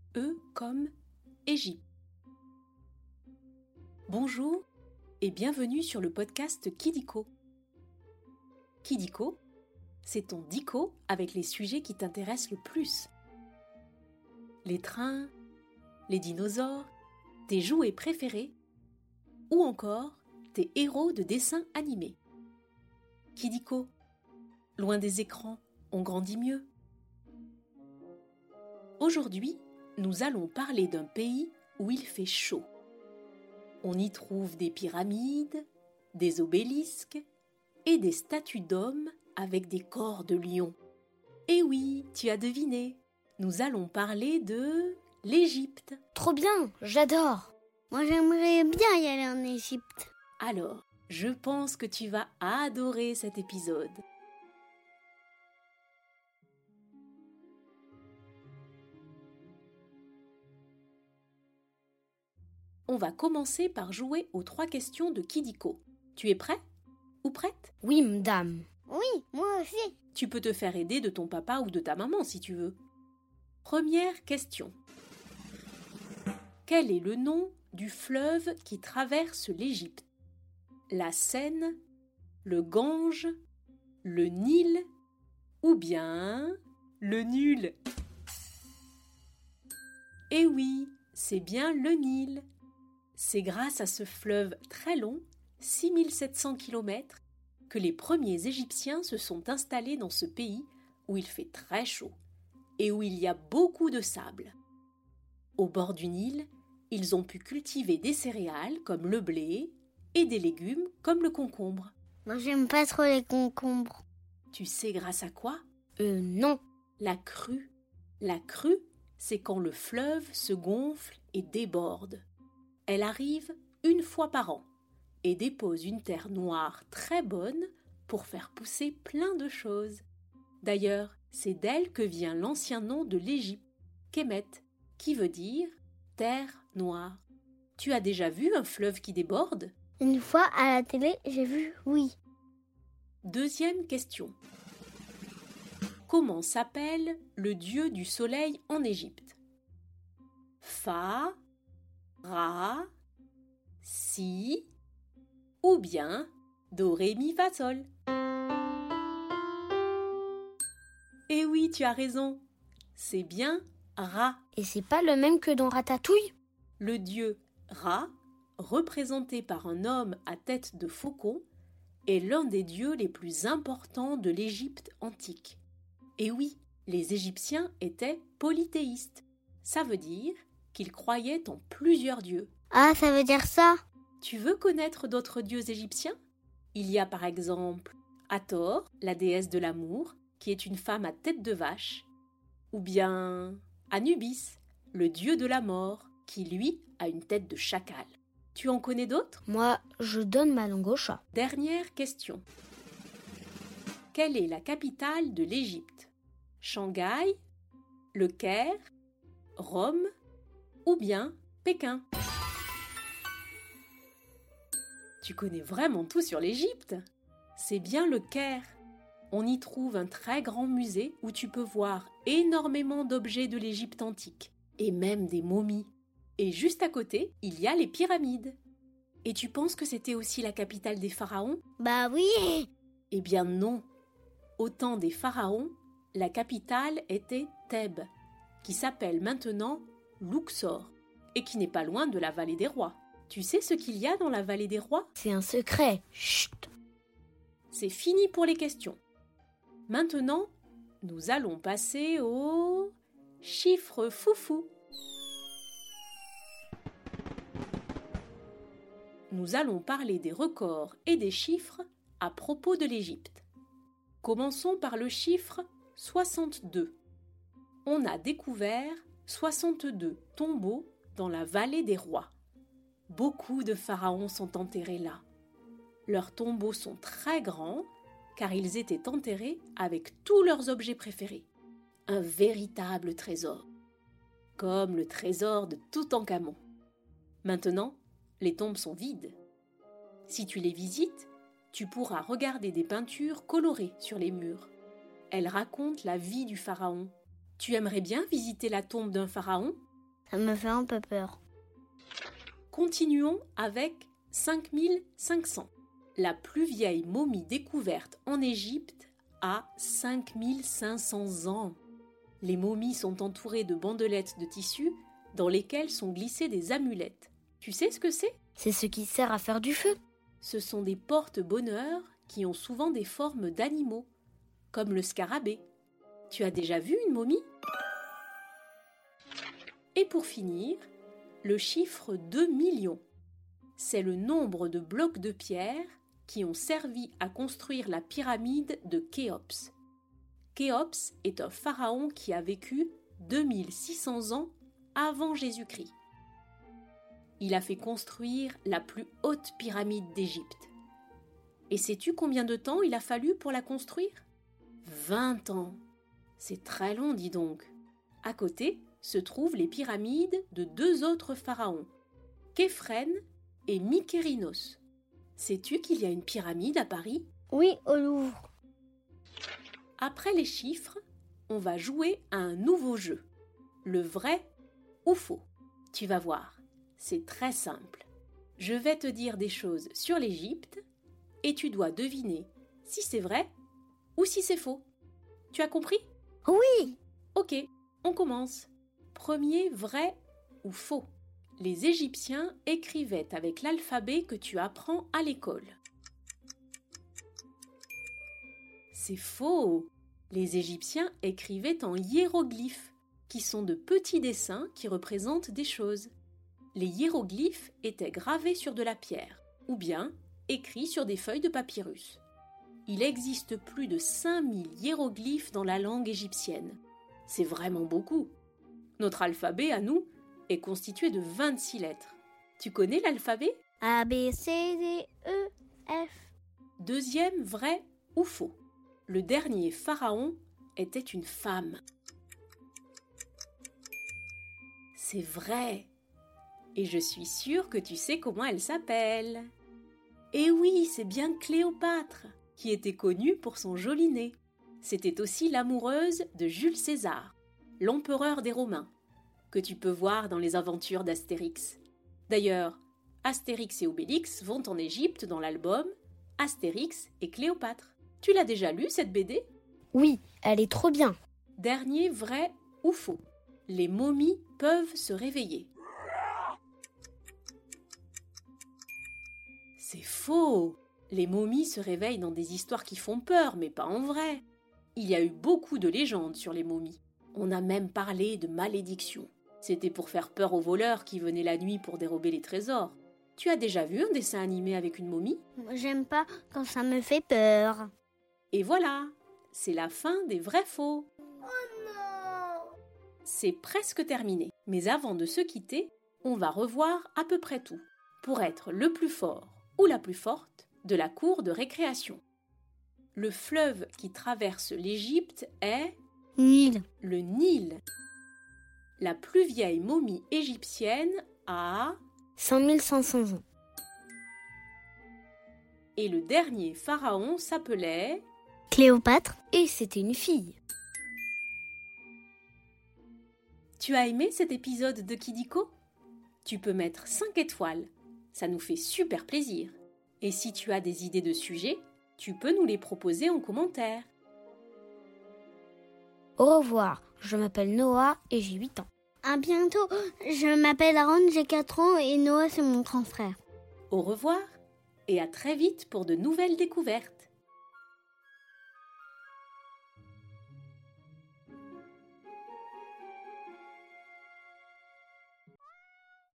E comme Égypte. Bonjour et bienvenue sur le podcast Kidiko. Kidiko, c'est ton dico avec les sujets qui t'intéressent le plus. Les trains, les dinosaures, tes jouets préférés ou encore tes héros de dessins animés. Kidiko, loin des écrans, on grandit mieux. Aujourd'hui, nous allons parler d'un pays où il fait chaud. On y trouve des pyramides, des obélisques et des statues d'hommes avec des corps de lion. Et oui, tu as deviné, nous allons parler de l'Égypte. Trop bien, j'adore. Moi, j'aimerais bien y aller en Égypte. Alors, je pense que tu vas adorer cet épisode. On va commencer par jouer aux 3 questions de Kidiko. Tu es prêt ou prête? Oui, madame. Oui, moi aussi. Tu peux te faire aider de ton papa ou de ta maman si tu veux. Première question. Quel est le nom du fleuve qui traverse l'Égypte? La Seine, le Gange, le Nil ou bien le Nul? Eh oui, c'est bien le Nil. C'est grâce à ce fleuve très long, 6700 km, que les premiers Égyptiens se sont installés dans ce pays où il fait très chaud et où il y a beaucoup de sable. Au bord du Nil, ils ont pu cultiver des céréales comme le blé et des légumes comme le concombre. Moi, j'aime pas trop les concombres. Tu sais grâce à quoi? Non. La crue. La crue, c'est quand le fleuve se gonfle et déborde. Elle arrive une fois par an et dépose une terre noire très bonne pour faire pousser plein de choses. D'ailleurs, c'est d'elle que vient l'ancien nom de l'Égypte, Kémet, qui veut dire terre noire. Tu as déjà vu un fleuve qui déborde? Une fois à la télé, j'ai vu oui. Deuxième question. Comment s'appelle le dieu du soleil en Égypte? Fa, Ra, Si ou bien Do, Ré, Mi, Fa, Sol? Eh oui, tu as raison. C'est bien Ra. Et c'est pas le même que dans Ratatouille? Le dieu Ra, représenté par un homme à tête de faucon, est l'un des dieux les plus importants de l'Égypte antique. Et oui, les Égyptiens étaient polythéistes. Ça veut dire qu'ils croyaient en plusieurs dieux. Ah, ça veut dire ça? Tu veux connaître d'autres dieux égyptiens? Il y a par exemple Hathor, la déesse de l'amour, qui est une femme à tête de vache, ou bien Anubis, le dieu de la mort, qui lui a une tête de chacal. Tu en connais d'autres? Moi, je donne ma langue au chat. Dernière question. Quelle est la capitale de l'Égypte? Shanghai, Le Caire, Rome ou bien Pékin? Tu connais vraiment tout sur l'Égypte? C'est bien le Caire. On y trouve un très grand musée où tu peux voir énormément d'objets de l'Égypte antique et même des momies. Et juste à côté, il y a les pyramides. Et tu penses que c'était aussi la capitale des pharaons? Bah oui. Eh bien non. Au temps des pharaons, la capitale était Thèbes, qui s'appelle maintenant Luxor, et qui n'est pas loin de la vallée des rois. Tu sais ce qu'il y a dans la vallée des rois? C'est un secret. Chut. C'est fini pour les questions. Maintenant, nous allons passer aux chiffres foufou. Nous allons parler des records et des chiffres à propos de l'Égypte. Commençons par le chiffre 62. On a découvert 62 tombeaux dans la vallée des rois. Beaucoup de pharaons sont enterrés là. Leurs tombeaux sont très grands car ils étaient enterrés avec tous leurs objets préférés. Un véritable trésor, comme le trésor de Toutankhamon. Maintenant, les tombes sont vides. Si tu les visites, tu pourras regarder des peintures colorées sur les murs. Elles racontent la vie du pharaon. Tu aimerais bien visiter la tombe d'un pharaon? Ça me fait un peu peur. Continuons avec 5500. La plus vieille momie découverte en Égypte a 5500 ans. Les momies sont entourées de bandelettes de tissu dans lesquelles sont glissées des amulettes. Tu sais ce que c'est ? C'est ce qui sert à faire du feu. Ce sont des porte-bonheur qui ont souvent des formes d'animaux, comme le scarabée. Tu as déjà vu une momie ? Et pour finir, le chiffre 2 millions. C'est le nombre de blocs de pierre qui ont servi à construire la pyramide de Khéops. Khéops est un pharaon qui a vécu 2600 ans avant Jésus-Christ. Il a fait construire la plus haute pyramide d'Égypte. Et sais-tu combien de temps il a fallu pour la construire ? 20 ans. C'est très long, dis donc. À côté se trouvent les pyramides de 2 autres pharaons, Képhren et Mykérinos. Sais-tu qu'il y a une pyramide à Paris ? Oui, au Louvre. Après les chiffres, on va jouer à un nouveau jeu, le vrai ou faux. Tu vas voir, c'est très simple. Je vais te dire des choses sur l'Égypte et tu dois deviner si c'est vrai ou si c'est faux. Tu as compris ? Oui. Ok, on commence. Premier vrai ou faux. Les Égyptiens écrivaient avec l'alphabet que tu apprends à l'école. C'est faux. Les Égyptiens écrivaient en hiéroglyphes, qui sont de petits dessins qui représentent des choses. Les hiéroglyphes étaient gravés sur de la pierre, ou bien écrits sur des feuilles de papyrus. Il existe plus de 5000 hiéroglyphes dans la langue égyptienne. C'est vraiment beaucoup. Notre alphabet, à nous, est constitué de 26 lettres. Tu connais l'alphabet ? A, B, C, D, E, F. Deuxième vrai ou faux. Le dernier pharaon était une femme. C'est vrai. Et je suis sûre que tu sais comment elle s'appelle. Et oui, c'est bien Cléopâtre, qui était connue pour son joli nez. C'était aussi l'amoureuse de Jules César, l'empereur des Romains, que tu peux voir dans les aventures d'Astérix. D'ailleurs, Astérix et Obélix vont en Égypte dans l'album Astérix et Cléopâtre. Tu l'as déjà lu, cette BD ? Oui, elle est trop bien. Dernier vrai ou faux. Les momies peuvent se réveiller. C'est faux. Les momies se réveillent dans des histoires qui font peur, mais pas en vrai. Il y a eu beaucoup de légendes sur les momies. On a même parlé de malédiction. C'était pour faire peur aux voleurs qui venaient la nuit pour dérober les trésors. Tu as déjà vu un dessin animé avec une momie ? Moi, j'aime pas quand ça me fait peur. Et voilà, c'est la fin des vrais-faux. Oh non! C'est presque terminé. Mais avant de se quitter, on va revoir à peu près tout, pour être le plus fort ou la plus forte de la cour de récréation. Le fleuve qui traverse l'Égypte est Nil. le Nil. La plus vieille momie égyptienne a 5500 ans. et le dernier pharaon s'appelait Cléopâtre. Et c'était une fille. Tu as aimé cet épisode de Kidiko ? Tu peux mettre 5 étoiles, ça nous fait super plaisir. Et si tu as des idées de sujets, tu peux nous les proposer en commentaire. Au revoir, je m'appelle Noah et j'ai 8 ans. À bientôt, je m'appelle Aaron, j'ai 4 ans et Noah c'est mon grand frère. Au revoir et à très vite pour de nouvelles découvertes.